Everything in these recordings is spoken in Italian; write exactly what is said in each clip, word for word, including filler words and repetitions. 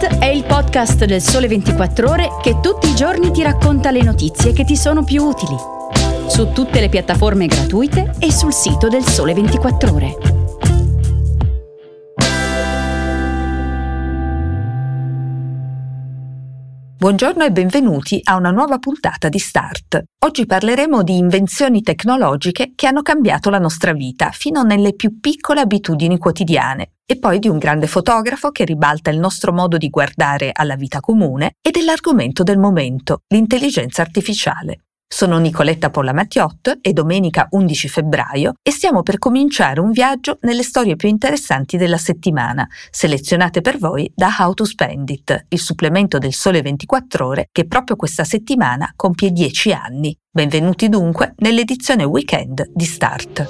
Start è il podcast del Sole ventiquattro Ore che tutti i giorni ti racconta le notizie che ti sono più utili. Su tutte le piattaforme gratuite e sul sito del Sole ventiquattro Ore. Buongiorno e benvenuti a una nuova puntata di Start. Oggi parleremo di invenzioni tecnologiche che hanno cambiato la nostra vita fino nelle più piccole abitudini quotidiane, e poi di un grande fotografo che ribalta il nostro modo di guardare alla vita comune e dell'argomento del momento, l'intelligenza artificiale. Sono Nicoletta Pollamattiot, è domenica undici febbraio e stiamo per cominciare un viaggio nelle storie più interessanti della settimana, selezionate per voi da How to Spend It, il supplemento del Sole ventiquattro Ore che proprio questa settimana compie dieci anni. Benvenuti dunque nell'edizione weekend di Start.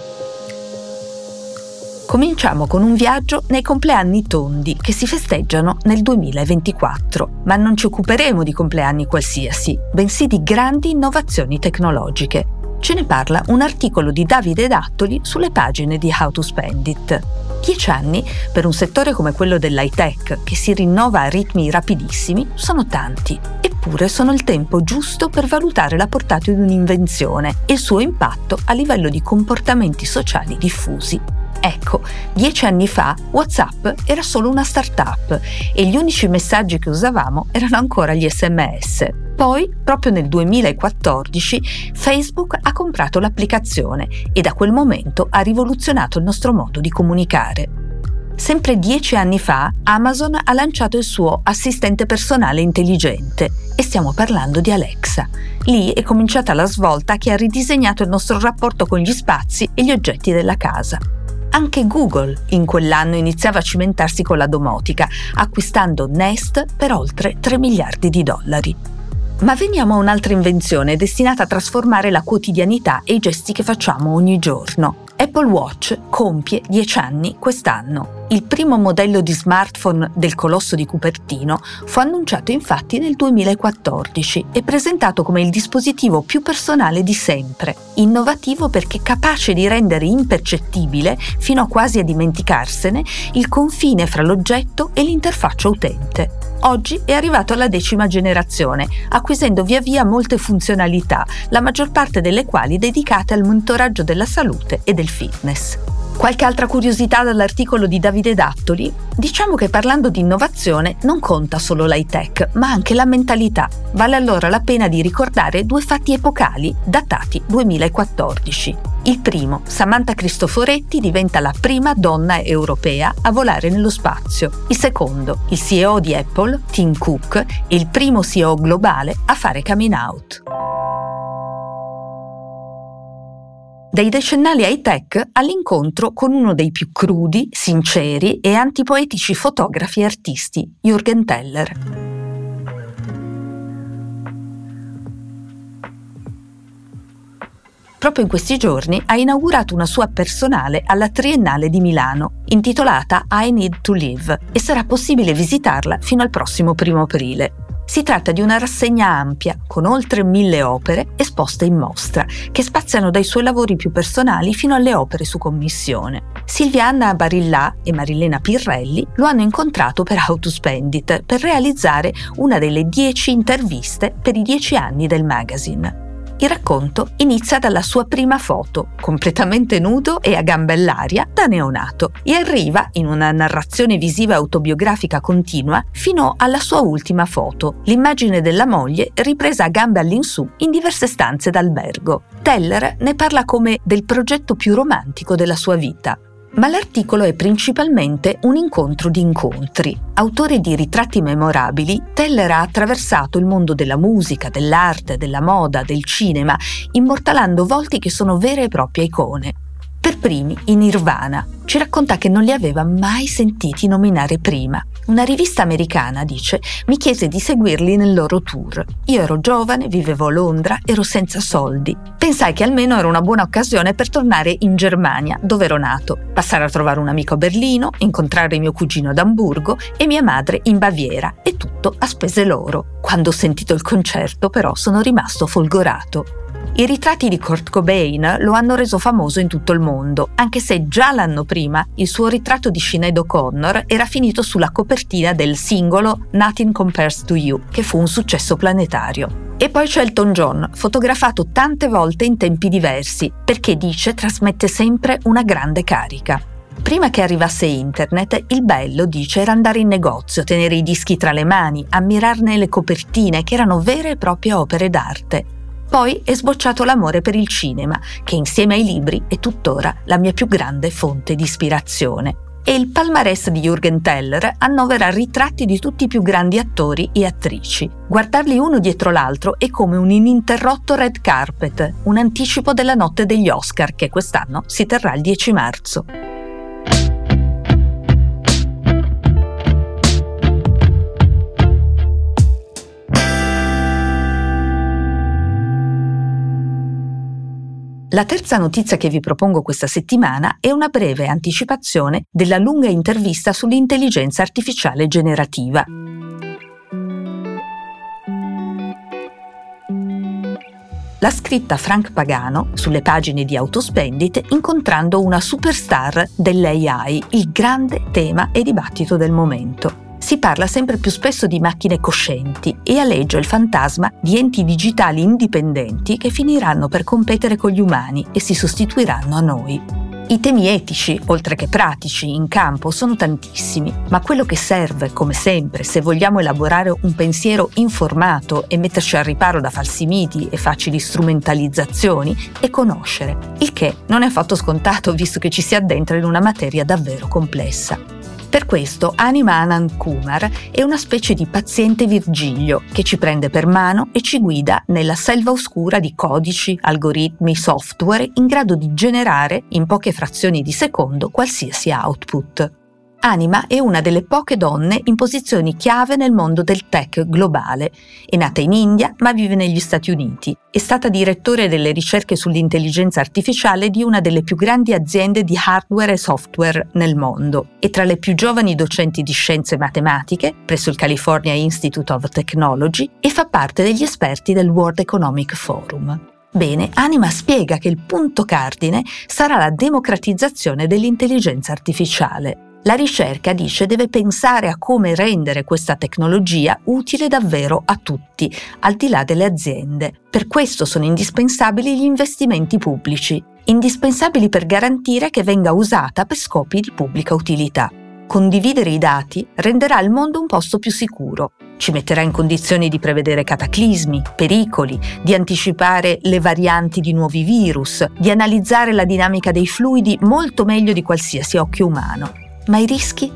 Cominciamo con un viaggio nei compleanni tondi che si festeggiano nel duemilaventiquattro, ma non ci occuperemo di compleanni qualsiasi, bensì di grandi innovazioni tecnologiche. Ce ne parla un articolo di Davide Dattoli sulle pagine di How to Spend It. Dieci anni per un settore come quello dell'high tech, che si rinnova a ritmi rapidissimi, sono tanti. Eppure sono il tempo giusto per valutare la portata di un'invenzione e il suo impatto a livello di comportamenti sociali diffusi. Ecco, dieci anni fa WhatsApp era solo una startup e gli unici messaggi che usavamo erano ancora gli esse emme esse. Poi, proprio nel duemilaquattordici, Facebook ha comprato l'applicazione e da quel momento ha rivoluzionato il nostro modo di comunicare. Sempre dieci anni fa, Amazon ha lanciato il suo assistente personale intelligente e stiamo parlando di Alexa. Lì è cominciata la svolta che ha ridisegnato il nostro rapporto con gli spazi e gli oggetti della casa. Anche Google in quell'anno iniziava a cimentarsi con la domotica, acquistando Nest per oltre tre miliardi di dollari. Ma veniamo a un'altra invenzione destinata a trasformare la quotidianità e i gesti che facciamo ogni giorno. Apple Watch compie dieci anni quest'anno. Il primo modello di smartphone del colosso di Cupertino fu annunciato infatti nel duemilaquattordici e presentato come il dispositivo più personale di sempre, innovativo perché capace di rendere impercettibile, fino a quasi a dimenticarsene, il confine fra l'oggetto e l'interfaccia utente. Oggi è arrivato alla decima generazione, acquisendo via via molte funzionalità, la maggior parte delle quali dedicate al monitoraggio della salute e del fitness. Qualche altra curiosità dall'articolo di Davide Dattoli? Diciamo che parlando di innovazione non conta solo l'high tech, ma anche la mentalità. Vale allora la pena di ricordare due fatti epocali datati duemilaquattordici. Il primo, Samantha Cristoforetti diventa la prima donna europea a volare nello spazio. Il secondo, il C E O di Apple, Tim Cook, è il primo C E O globale a fare coming out. Dai decennali high tech all'incontro con uno dei più crudi, sinceri e antipoetici fotografi e artisti, Jürgen Teller. Proprio in questi giorni ha inaugurato una sua personale alla Triennale di Milano, intitolata I Need to Live, e sarà possibile visitarla fino al prossimo primo aprile. Si tratta di una rassegna ampia, con oltre mille opere esposte in mostra, che spaziano dai suoi lavori più personali fino alle opere su commissione. Silvia Anna Barillà e Marilena Pirrelli lo hanno incontrato per How to Spend It, per realizzare una delle dieci interviste per i dieci anni del magazine. Il racconto inizia dalla sua prima foto, completamente nudo e a gambe all'aria, da neonato, e arriva, in una narrazione visiva autobiografica continua, fino alla sua ultima foto, l'immagine della moglie ripresa a gambe all'insù in diverse stanze d'albergo. Teller ne parla come del progetto più romantico della sua vita. Ma l'articolo è principalmente un incontro di incontri. Autore di ritratti memorabili, Teller ha attraversato il mondo della musica, dell'arte, della moda, del cinema, immortalando volti che sono vere e proprie icone. Per primi, i Nirvana. Ci racconta che non li aveva mai sentiti nominare prima. Una rivista americana, dice, mi chiese di seguirli nel loro tour. Io ero giovane, vivevo a Londra, ero senza soldi. Pensai che almeno era una buona occasione per tornare in Germania, dove ero nato, passare a trovare un amico a Berlino, incontrare mio cugino ad Amburgo e mia madre in Baviera, e tutto a spese loro. Quando ho sentito il concerto, però, sono rimasto folgorato. I ritratti di Kurt Cobain lo hanno reso famoso in tutto il mondo, anche se già l'anno prima il suo ritratto di Sinéad O'Connor era finito sulla copertina del singolo Nothing Compares to You, che fu un successo planetario. E poi c'è Elton John, fotografato tante volte in tempi diversi, perché dice trasmette sempre una grande carica. Prima che arrivasse internet, il bello, dice, era andare in negozio, tenere i dischi tra le mani, ammirarne le copertine, che erano vere e proprie opere d'arte. Poi è sbocciato l'amore per il cinema, che insieme ai libri è tuttora la mia più grande fonte di ispirazione. E il palmarès di Jürgen Teller annovera ritratti di tutti i più grandi attori e attrici. Guardarli uno dietro l'altro è come un ininterrotto red carpet, un anticipo della notte degli Oscar che quest'anno si terrà il dieci marzo. La terza notizia che vi propongo questa settimana è una breve anticipazione della lunga intervista sull'intelligenza artificiale generativa. L'ha scritta Frank Pagano sulle pagine di Autospendit incontrando una superstar dell'A I, il grande tema e dibattito del momento. Si parla sempre più spesso di macchine coscienti e aleggia il fantasma di enti digitali indipendenti che finiranno per competere con gli umani e si sostituiranno a noi. I temi etici, oltre che pratici, in campo sono tantissimi, ma quello che serve, come sempre, se vogliamo elaborare un pensiero informato e metterci al riparo da falsi miti e facili strumentalizzazioni, è conoscere, il che non è affatto scontato visto che ci si addentra in una materia davvero complessa. Per questo Anima Anand Kumar è una specie di paziente Virgilio che ci prende per mano e ci guida nella selva oscura di codici, algoritmi, software in grado di generare in poche frazioni di secondo qualsiasi output. Anima è una delle poche donne in posizioni chiave nel mondo del tech globale. È nata in India ma vive negli Stati Uniti. È stata direttore delle ricerche sull'intelligenza artificiale di una delle più grandi aziende di hardware e software nel mondo. È tra le più giovani docenti di scienze matematiche presso il California Institute of Technology e fa parte degli esperti del World Economic Forum. Bene, Anima spiega che il punto cardine sarà la democratizzazione dell'intelligenza artificiale. La ricerca, dice, deve pensare a come rendere questa tecnologia utile davvero a tutti, al di là delle aziende. Per questo sono indispensabili gli investimenti pubblici, indispensabili per garantire che venga usata per scopi di pubblica utilità. Condividere i dati renderà il mondo un posto più sicuro, ci metterà in condizioni di prevedere cataclismi, pericoli, di anticipare le varianti di nuovi virus, di analizzare la dinamica dei fluidi molto meglio di qualsiasi occhio umano. Ma i rischi?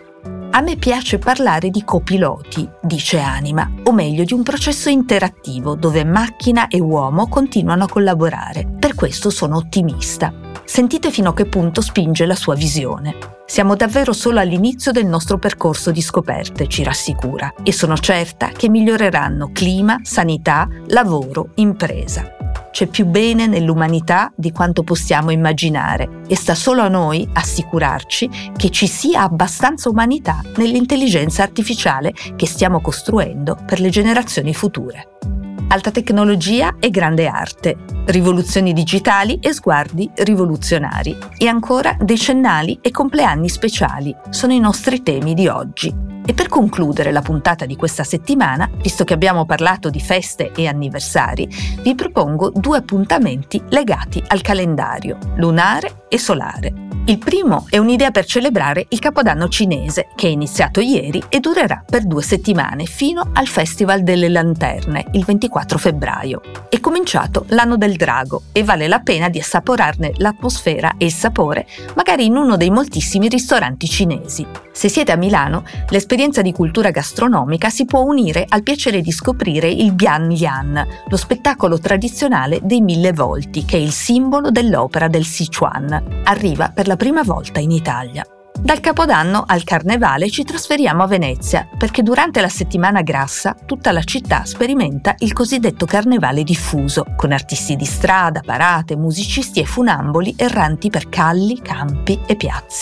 A me piace parlare di copiloti, dice Anima, o meglio di un processo interattivo dove macchina e uomo continuano a collaborare. Per questo sono ottimista. Sentite fino a che punto spinge la sua visione. Siamo davvero solo all'inizio del nostro percorso di scoperte, ci rassicura, e sono certa che miglioreranno clima, sanità, lavoro, impresa. C'è più bene nell'umanità di quanto possiamo immaginare e sta solo a noi assicurarci che ci sia abbastanza umanità nell'intelligenza artificiale che stiamo costruendo per le generazioni future. Alta tecnologia e grande arte, rivoluzioni digitali e sguardi rivoluzionari e ancora decennali e compleanni speciali sono i nostri temi di oggi. E per concludere la puntata di questa settimana, visto che abbiamo parlato di feste e anniversari, vi propongo due appuntamenti legati al calendario, lunare e solare. Il primo è un'idea per celebrare il Capodanno cinese, che è iniziato ieri e durerà per due settimane fino al Festival delle Lanterne, il ventiquattro febbraio. È cominciato l'anno del drago e vale la pena di assaporarne l'atmosfera e il sapore, magari in uno dei moltissimi ristoranti cinesi. Se siete a Milano, l'esperienza di cultura gastronomica si può unire al piacere di scoprire il Bian Lian, lo spettacolo tradizionale dei mille volti, che è il simbolo dell'opera del Sichuan. Arriva per la prima volta in Italia. Dal Capodanno al Carnevale ci trasferiamo a Venezia, perché durante la settimana grassa tutta la città sperimenta il cosiddetto carnevale diffuso, con artisti di strada, parate, musicisti e funamboli erranti per calli, campi e piazze.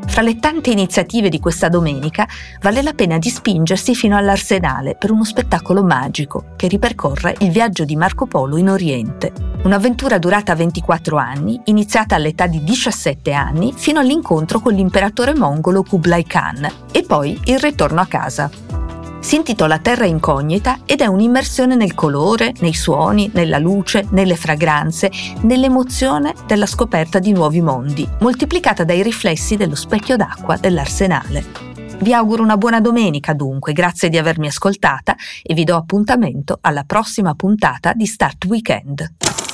Fra le tante iniziative di questa domenica vale la pena di spingersi fino all'Arsenale per uno spettacolo magico che ripercorre il viaggio di Marco Polo in Oriente. Un'avventura durata ventiquattro anni, iniziata all'età di diciassette anni fino all'incontro con l'imperatore mongolo Kublai Khan e poi il ritorno a casa. Si intitola Terra Incognita ed è un'immersione nel colore, nei suoni, nella luce, nelle fragranze, nell'emozione della scoperta di nuovi mondi, moltiplicata dai riflessi dello specchio d'acqua dell'Arsenale. Vi auguro una buona domenica dunque, grazie di avermi ascoltata e vi do appuntamento alla prossima puntata di Start Weekend.